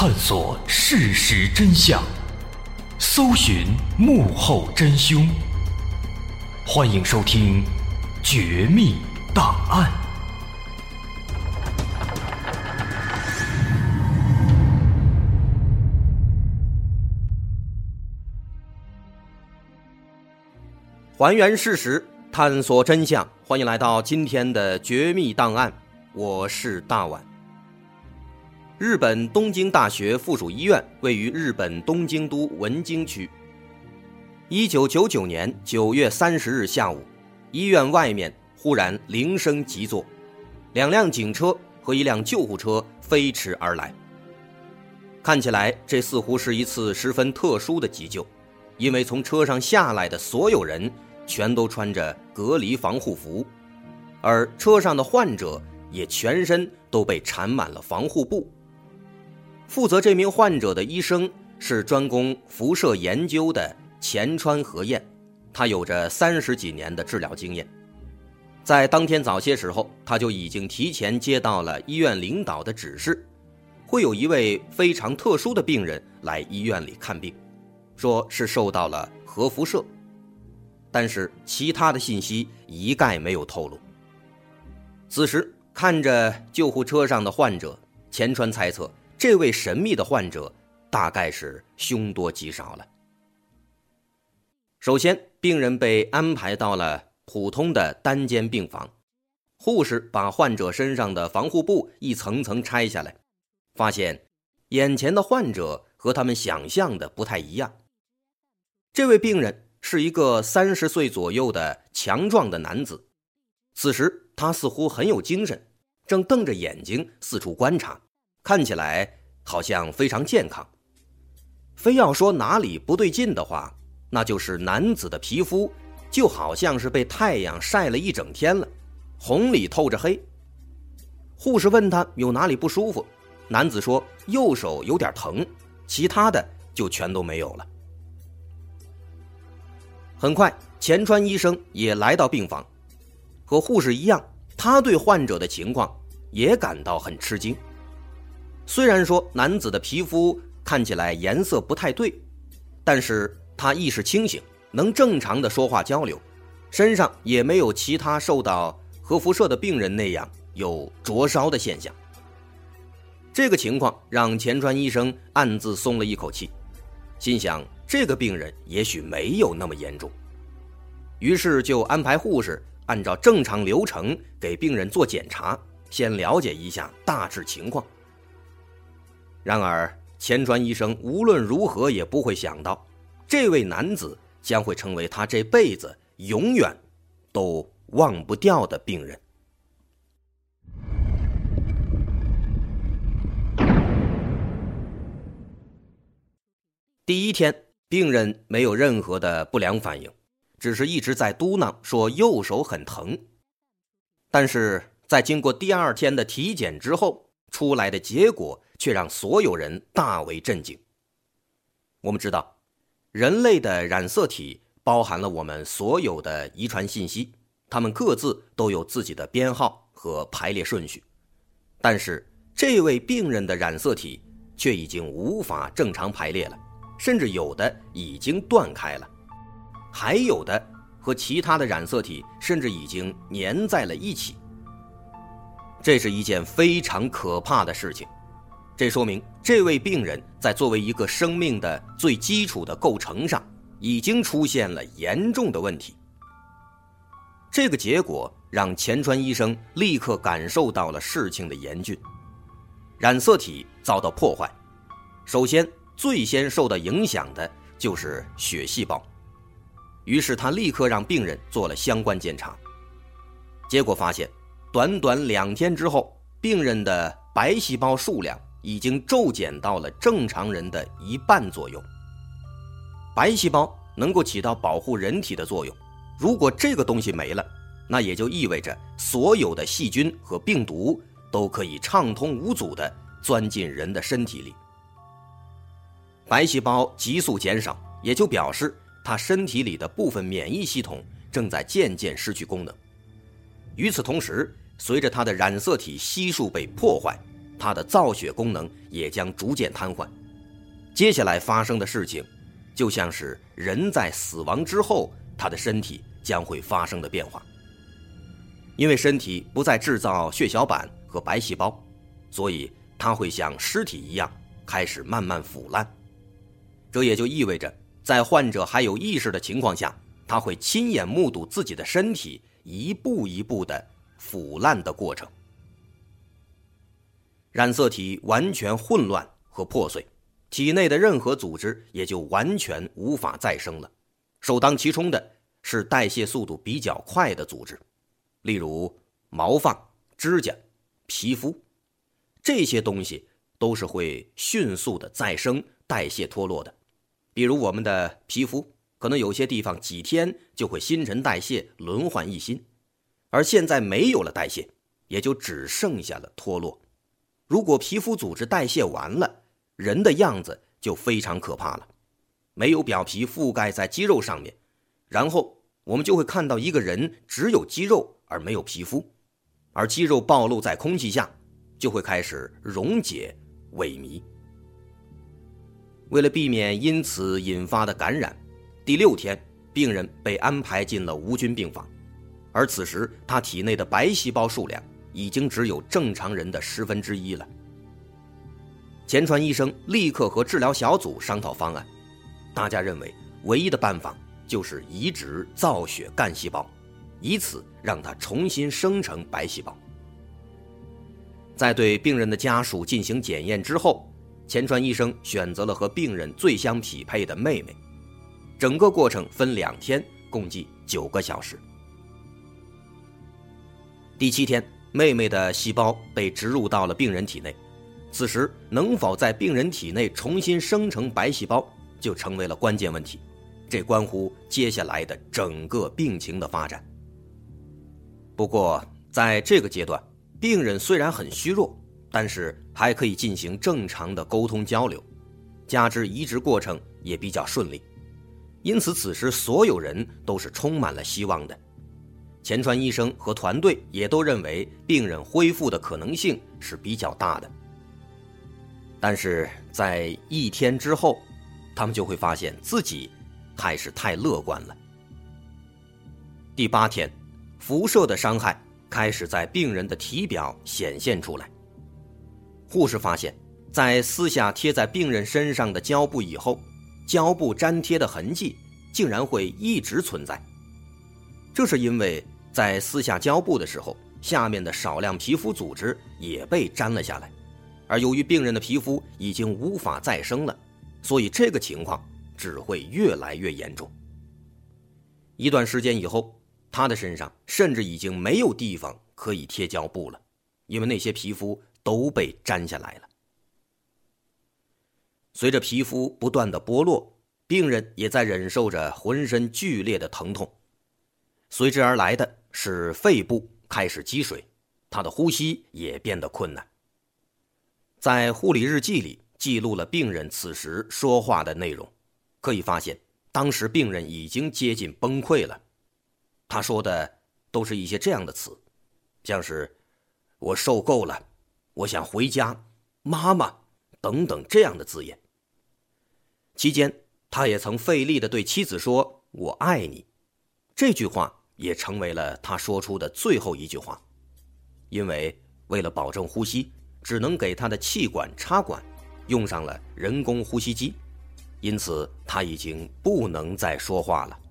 探索事实真相，搜寻幕后真凶。欢迎收听《绝密档案》。 还原事实，探索真相，欢迎来到今天的绝密档案，我是大碗。日本东京大学附属医院位于日本东京都文京区。1999年9月30日下午，医院外面忽然铃声急作，2辆警车和1辆救护车飞驰而来。看起来这似乎是一次十分特殊的急救，因为从车上下来的所有人全都穿着隔离防护服，而车上的患者也全身都被缠满了防护布。负责这名患者的医生是专攻辐射研究的前川和彦，他有着30几年的治疗经验。在当天早些时候，他就已经提前接到了医院领导的指示，会有一位非常特殊的病人来医院里看病，说是受到了核辐射，但是其他的信息一概没有透露。此时看着救护车上的患者，前川猜测这位神秘的患者大概是凶多吉少了。首先，病人被安排到了普通的单间病房，护士把患者身上的防护布一层层拆下来，发现眼前的患者和他们想象的不太一样。这位病人是一个30岁左右的强壮的男子，此时他似乎很有精神，正瞪着眼睛四处观察，看起来好像非常健康。非要说哪里不对劲的话，那就是男子的皮肤就好像是被太阳晒了一整天了，红里透着黑。护士问他有哪里不舒服，男子说右手有点疼，其他的就全都没有了。很快，前川医生也来到病房，和护士一样，他对患者的情况也感到很吃惊。虽然说男子的皮肤看起来颜色不太对，但是他意识清醒，能正常的说话交流，身上也没有其他受到核辐射的病人那样有灼烧的现象。这个情况让前川医生暗自松了一口气，心想这个病人也许没有那么严重，于是就安排护士按照正常流程给病人做检查，先了解一下大致情况。然而前川医生无论如何也不会想到，这位男子将会成为他这辈子永远都忘不掉的病人。第一天，病人没有任何的不良反应，只是一直在嘟囔说右手很疼。但是在经过第2天的体检之后，出来的结果却让所有人大为震惊。我们知道，人类的染色体包含了我们所有的遗传信息，它们各自都有自己的编号和排列顺序。但是这位病人的染色体却已经无法正常排列了，甚至有的已经断开了，还有的和其他的染色体甚至已经粘在了一起。这是一件非常可怕的事情，这说明这位病人在作为一个生命的最基础的构成上已经出现了严重的问题。这个结果让前川医生立刻感受到了事情的严峻。染色体遭到破坏，首先最先受到影响的就是血细胞，于是他立刻让病人做了相关检查，结果发现短短2天之后，病人的白细胞数量已经骤减到了正常人的1半左右。白细胞能够起到保护人体的作用，如果这个东西没了，那也就意味着所有的细菌和病毒都可以畅通无阻地钻进人的身体里。白细胞急速减少，也就表示他身体里的部分免疫系统正在渐渐失去功能。与此同时，随着他的染色体悉数被破坏， 她的造血功能也将逐渐瘫痪。接下来发生的事情，就像是人在死亡之后，他的身体将会发生的变化。因为身体不再制造血小板和白细胞，所以它会像尸体一样开始慢慢腐烂。这也就意味着，在患者还有意识的情况下，他会亲眼目睹自己的身体一步一步的腐烂的过程。染色体完全混乱和破碎，体内的任何组织也就完全无法再生了。首当其冲的是代谢速度比较快的组织，例如毛发、指甲、皮肤，这些东西都是会迅速的再生、代谢脱落的。比如我们的皮肤，可能有些地方几天就会新陈代谢，轮换一新，而现在没有了代谢，也就只剩下了脱落。如果皮肤组织代谢完了，人的样子就非常可怕了。没有表皮覆盖在肌肉上面，然后我们就会看到一个人只有肌肉而没有皮肤，而肌肉暴露在空气下，就会开始溶解萎靡。为了避免因此引发的感染，第6天病人被安排进了无菌病房，而此时他体内的白细胞数量已经只有正常人的1/10了。钱川医生立刻和治疗小组商讨方案，大家认为唯一的办法就是移植造血干细胞，以此让它重新生成白细胞。在对病人的家属进行检验之后，钱川医生选择了和病人最相匹配的妹妹，整个过程分2天，共计9个小时。第7天，妹妹的细胞被植入到了病人体内，此时能否在病人体内重新生成白细胞就成为了关键问题，这关乎接下来的整个病情的发展。不过在这个阶段，病人虽然很虚弱，但是还可以进行正常的沟通交流，加之移植过程也比较顺利，因此此时所有人都是充满了希望的。钱川医生和团队也都认为病人恢复的可能性是比较大的。但是在1天之后，他们就会发现自己还是太乐观了。第8天，辐射的伤害开始在病人的体表显现出来。护士发现，在撕下贴在病人身上的胶布以后，胶布粘贴的痕迹竟然会一直存在。这是因为在撕下胶布的时候，下面的少量皮肤组织也被粘了下来，而由于病人的皮肤已经无法再生了，所以这个情况只会越来越严重。一段时间以后，他的身上甚至已经没有地方可以贴胶布了，因为那些皮肤都被粘下来了。随着皮肤不断的剥落，病人也在忍受着浑身剧烈的疼痛，随之而来的是肺部开始积水，他的呼吸也变得困难。在护理日记里记录了病人此时说话的内容，可以发现当时病人已经接近崩溃了。他说的都是一些这样的词，像是我受够了，我想回家，妈妈等等这样的字眼。期间他也曾费力地对妻子说我爱你，这句话也成为了他说出的最后一句话。因为为了保证呼吸，只能给他的气管插管，用上了人工呼吸机，因此他已经不能再说话了。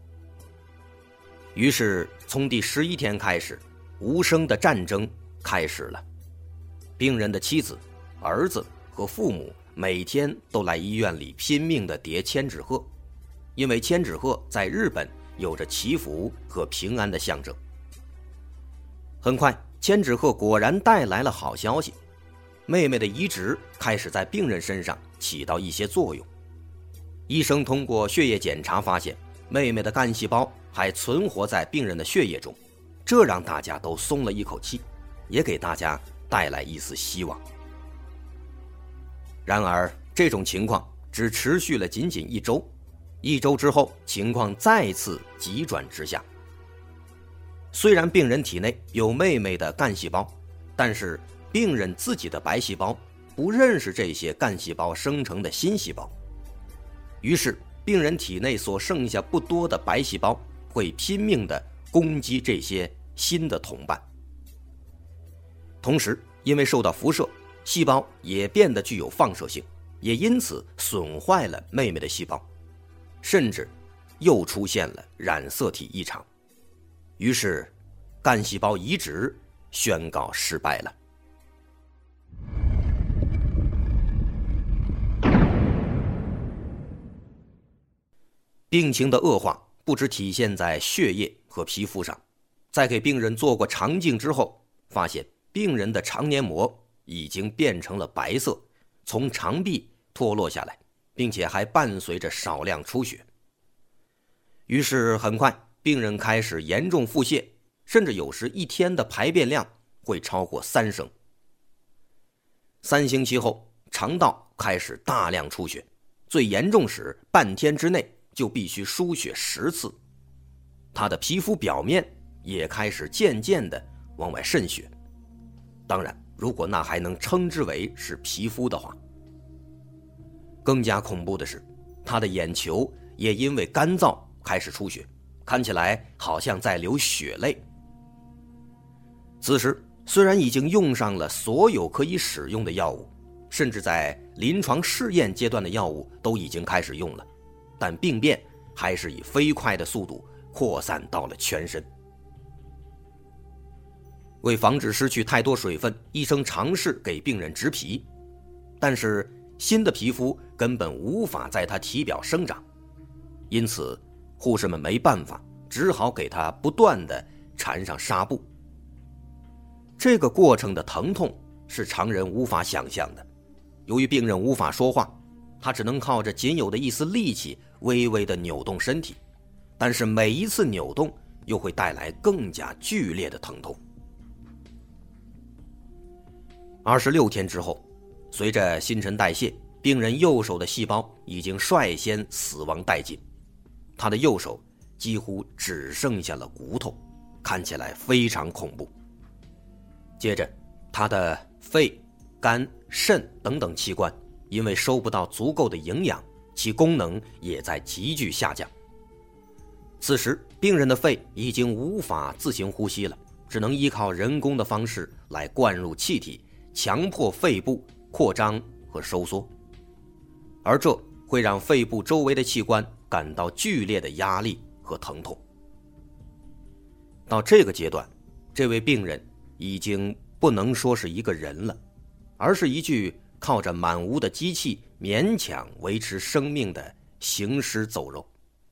于是从第11天开始，无声的战争开始了。病人的妻子、儿子和父母每天都来医院里拼命地叠千纸鹤，因为千纸鹤在日本有着祈福和平安的象征。很快，千纸鹤果然带来了好消息，妹妹的移植开始在病人身上起到一些作用。医生通过血液检查发现，妹妹的干细胞还存活在病人的血液中，这让大家都松了一口气，也给大家带来一丝希望。然而这种情况只持续了仅仅1周，1周之后情况再次急转直下。虽然病人体内有妹妹的干细胞，但是病人自己的白细胞不认识这些干细胞生成的新细胞，于是病人体内所剩下不多的白细胞会拼命地攻击这些新的同伴。同时，因为受到辐射，细胞也变得具有放射性，也因此损坏了妹妹的细胞，甚至又出现了染色体异常。于是干细胞移植宣告失败了。病情的恶化不只体现在血液和皮肤上，在给病人做过肠镜之后，发现病人的肠黏膜已经变成了白色，从肠壁脱落下来，并且还伴随着少量出血。于是很快病人开始严重腹泻，甚至有时一天的排便量会超过3升。3星期后，肠道开始大量出血，最严重时半天之内就必须输血10次。他的皮肤表面也开始渐渐地往外渗血，当然如果那还能称之为是皮肤的话。更加恐怖的是，他的眼球也因为干燥开始出血，看起来好像在流血泪。此时虽然已经用上了所有可以使用的药物，甚至在临床试验阶段的药物都已经开始用了，但病变还是以飞快的速度扩散到了全身。为防止失去太多水分，医生尝试给病人植皮，但是新的皮肤根本无法在他体表生长，因此护士们没办法，只好给他不断地缠上纱布。这个过程的疼痛是常人无法想象的。由于病人无法说话，他只能靠着仅有的一丝力气微微地扭动身体，但是每一次扭动又会带来更加剧烈的疼痛。26天之后，随着新陈代谢，病人右手的细胞已经率先死亡殆尽，他的右手几乎只剩下了骨头，看起来非常恐怖。接着他的肺、肝、肾等等器官因为收不到足够的营养，其功能也在急剧下降。此时病人的肺已经无法自行呼吸了，只能依靠人工的方式来灌入气体，强迫肺部扩张和收缩，而这会让肺部周围的器官感到剧烈的压力和疼痛。到这个阶段，这位病人已经不能说是一个人了，而是一具靠着满屋的机器勉强维持生命的行尸走肉。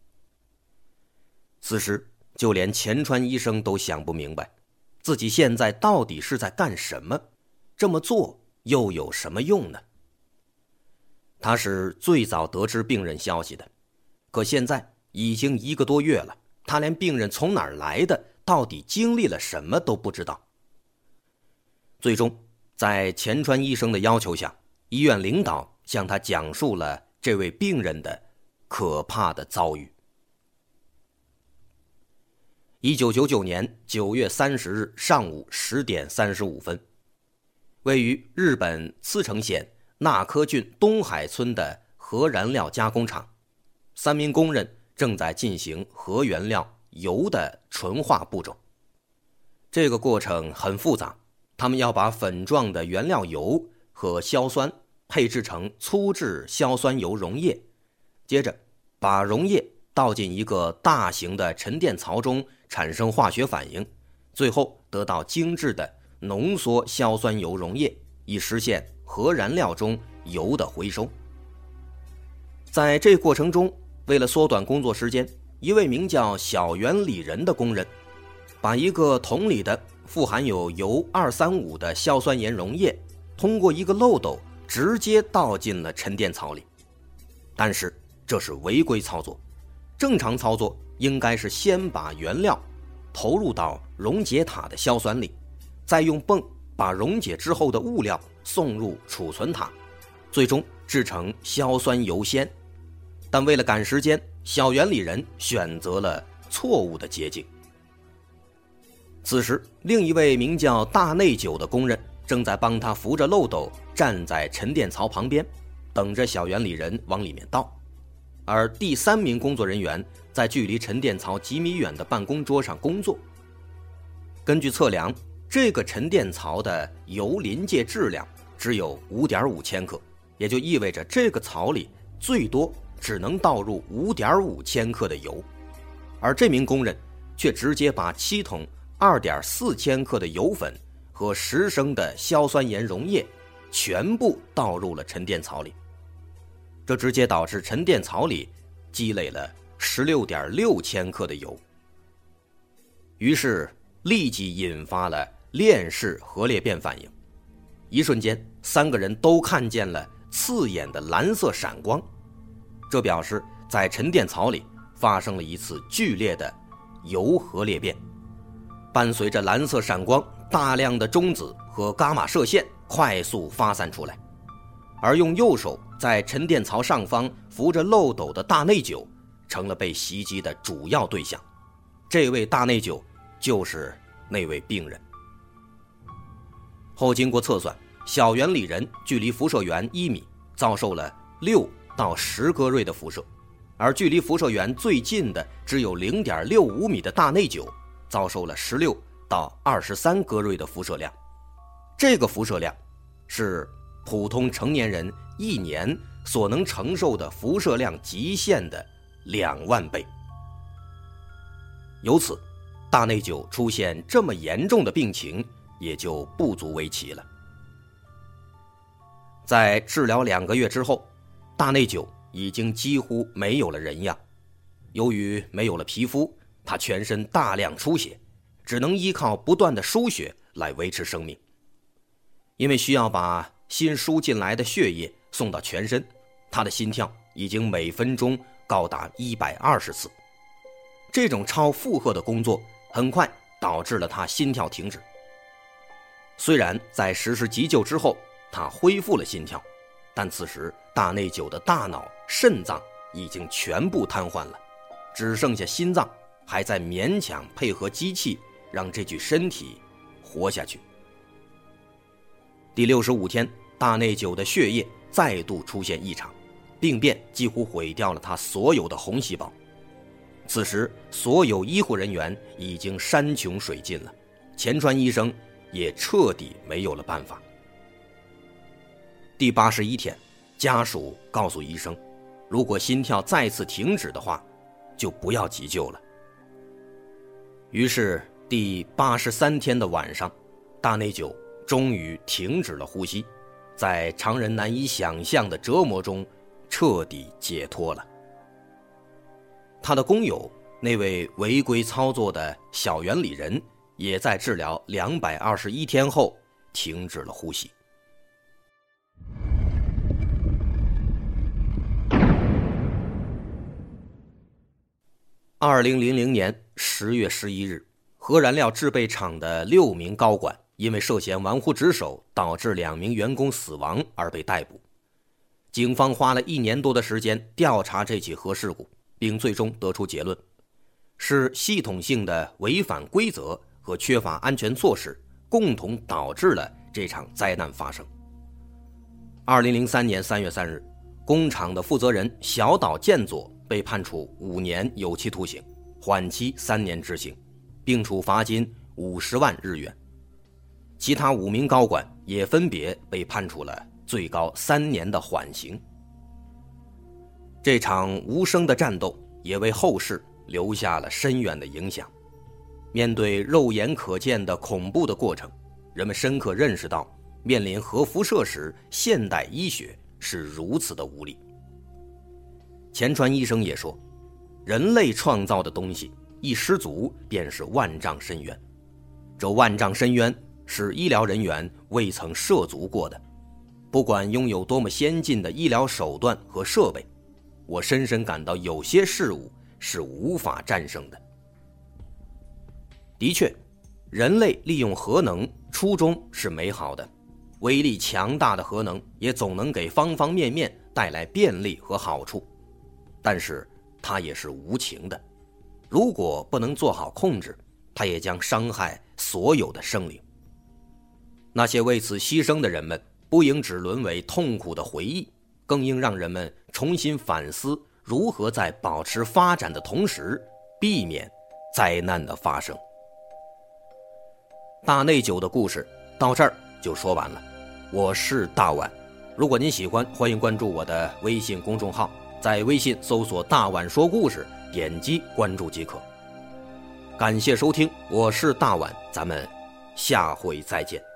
此时就连钱川医生都想不明白，自己现在到底是在干什么，这么做又有什么用呢？他是最早得知病人消息的，可现在已经1个多月了，他连病人从哪儿来的，到底经历了什么都不知道。最终在钱川医生的要求下，医院领导向他讲述了这位病人的可怕的遭遇。1999年9月30日上午10点35分，位于日本茨城县那珂郡东海村的核燃料加工厂，3名工人正在进行核原料油的纯化步骤。这个过程很复杂，他们要把粉状的原料油和硝酸配制成粗质硝酸油溶液，接着把溶液倒进一个大型的沉淀槽中产生化学反应，最后得到精致的浓缩硝酸油溶液，以实现核燃料中油的回收。在这过程中，为了缩短工作时间，一位名叫小原里人的工人把一个桶里的富含有铀235的硝酸盐溶液通过一个漏斗直接倒进了沉淀槽里。但是这是违规操作，正常操作应该是先把原料投入到溶解塔的硝酸里，再用泵把溶解之后的物料送入储存塔，最终制成硝酸油酰。但为了赶时间，小原里人选择了错误的捷径。此时另一位名叫大内久的工人正在帮他扶着漏斗站在沉淀槽旁边，等着小原理人往里面倒。而第3名工作人员在距离沉淀槽几米远的办公桌上工作。根据测量，这个沉淀槽的铀临界质量只有 5.5 千克，也就意味着这个槽里最多只能倒入 5.5 千克的油，而这名工人却直接把7桶 2.4 千克的油粉和10升的硝酸盐溶液全部倒入了沉淀槽里，这直接导致沉淀槽里积累了 16.6 千克的油，于是立即引发了链式核裂变反应。一瞬间，3个人都看见了刺眼的蓝色闪光，这表示在沉淀槽里发生了一次剧烈的铀核裂变。伴随着蓝色闪光，大量的中子和伽马射线快速发散出来，而用右手在沉淀槽上方扶着漏斗的大内九成了被袭击的主要对象。这位大内九就是那位病人。后经过测算，小原理人距离辐射源1米，遭受了6到10戈瑞的辐射，而距离辐射源最近的只有 0.65 米的大内九遭受了16到23戈瑞的辐射量。这个辐射量是普通成年人1年所能承受的辐射量极限的2万倍。由此，大内九出现这么严重的病情也就不足为奇了。在治疗2个月之后，大内九已经几乎没有了人样。由于没有了皮肤，他全身大量出血，只能依靠不断的输血来维持生命。因为需要把新输进来的血液送到全身，他的心跳已经每分钟高达120次。这种超负荷的工作很快导致了他心跳停止。虽然在实施急救之后他恢复了心跳，但此时大内九的大脑、肾脏已经全部瘫痪了，只剩下心脏还在勉强配合机器让这具身体活下去。第65天，大内九的血液再度出现异常，病变几乎毁掉了他所有的红细胞。此时所有医护人员已经山穷水尽了，前川医生也彻底没有了办法。第81天，家属告诉医生，如果心跳再次停止的话，就不要急救了。于是第83天的晚上，大内九终于停止了呼吸，在常人难以想象的折磨中彻底解脱了。他的工友，那位违规操作的小原理人，也在治疗221天后停止了呼吸。2000年10月11日，核燃料制备厂的6名高管因为涉嫌玩忽职守导致2名员工死亡而被逮捕。警方花了1年多的时间调查这起核事故，并最终得出结论，是系统性的违反规则和缺乏安全措施共同导致了这场灾难发生。2003年3月3日，工厂的负责人小岛健佐被判处5年有期徒刑，缓期3年执行，并处罚金50万日元。其他5名高管也分别被判处了最高3年的缓刑。这场无声的战斗也为后世留下了深远的影响。面对肉眼可见的恐怖的过程，人们深刻认识到面临核辐射时现代医学是如此的无力。前川医生也说，人类创造的东西一失足便是万丈深渊，这万丈深渊是医疗人员未曾涉足过的。不管拥有多么先进的医疗手段和设备，我深深感到有些事物是无法战胜的。的确，人类利用核能初衷是美好的，威力强大的核能也总能给方方面面带来便利和好处，但是它也是无情的，如果不能做好控制，它也将伤害所有的生灵。 那些为此牺牲的人们不应只沦为痛苦的回忆，更应让人们重新反思如何在保持发展的同时避免灾难的发生。大内九的故事到这儿就说完了，我是大碗。如果您喜欢，欢迎关注我的微信公众号，在微信搜索大碗说故事，点击关注即可。感谢收听，我是大碗，咱们下回再见。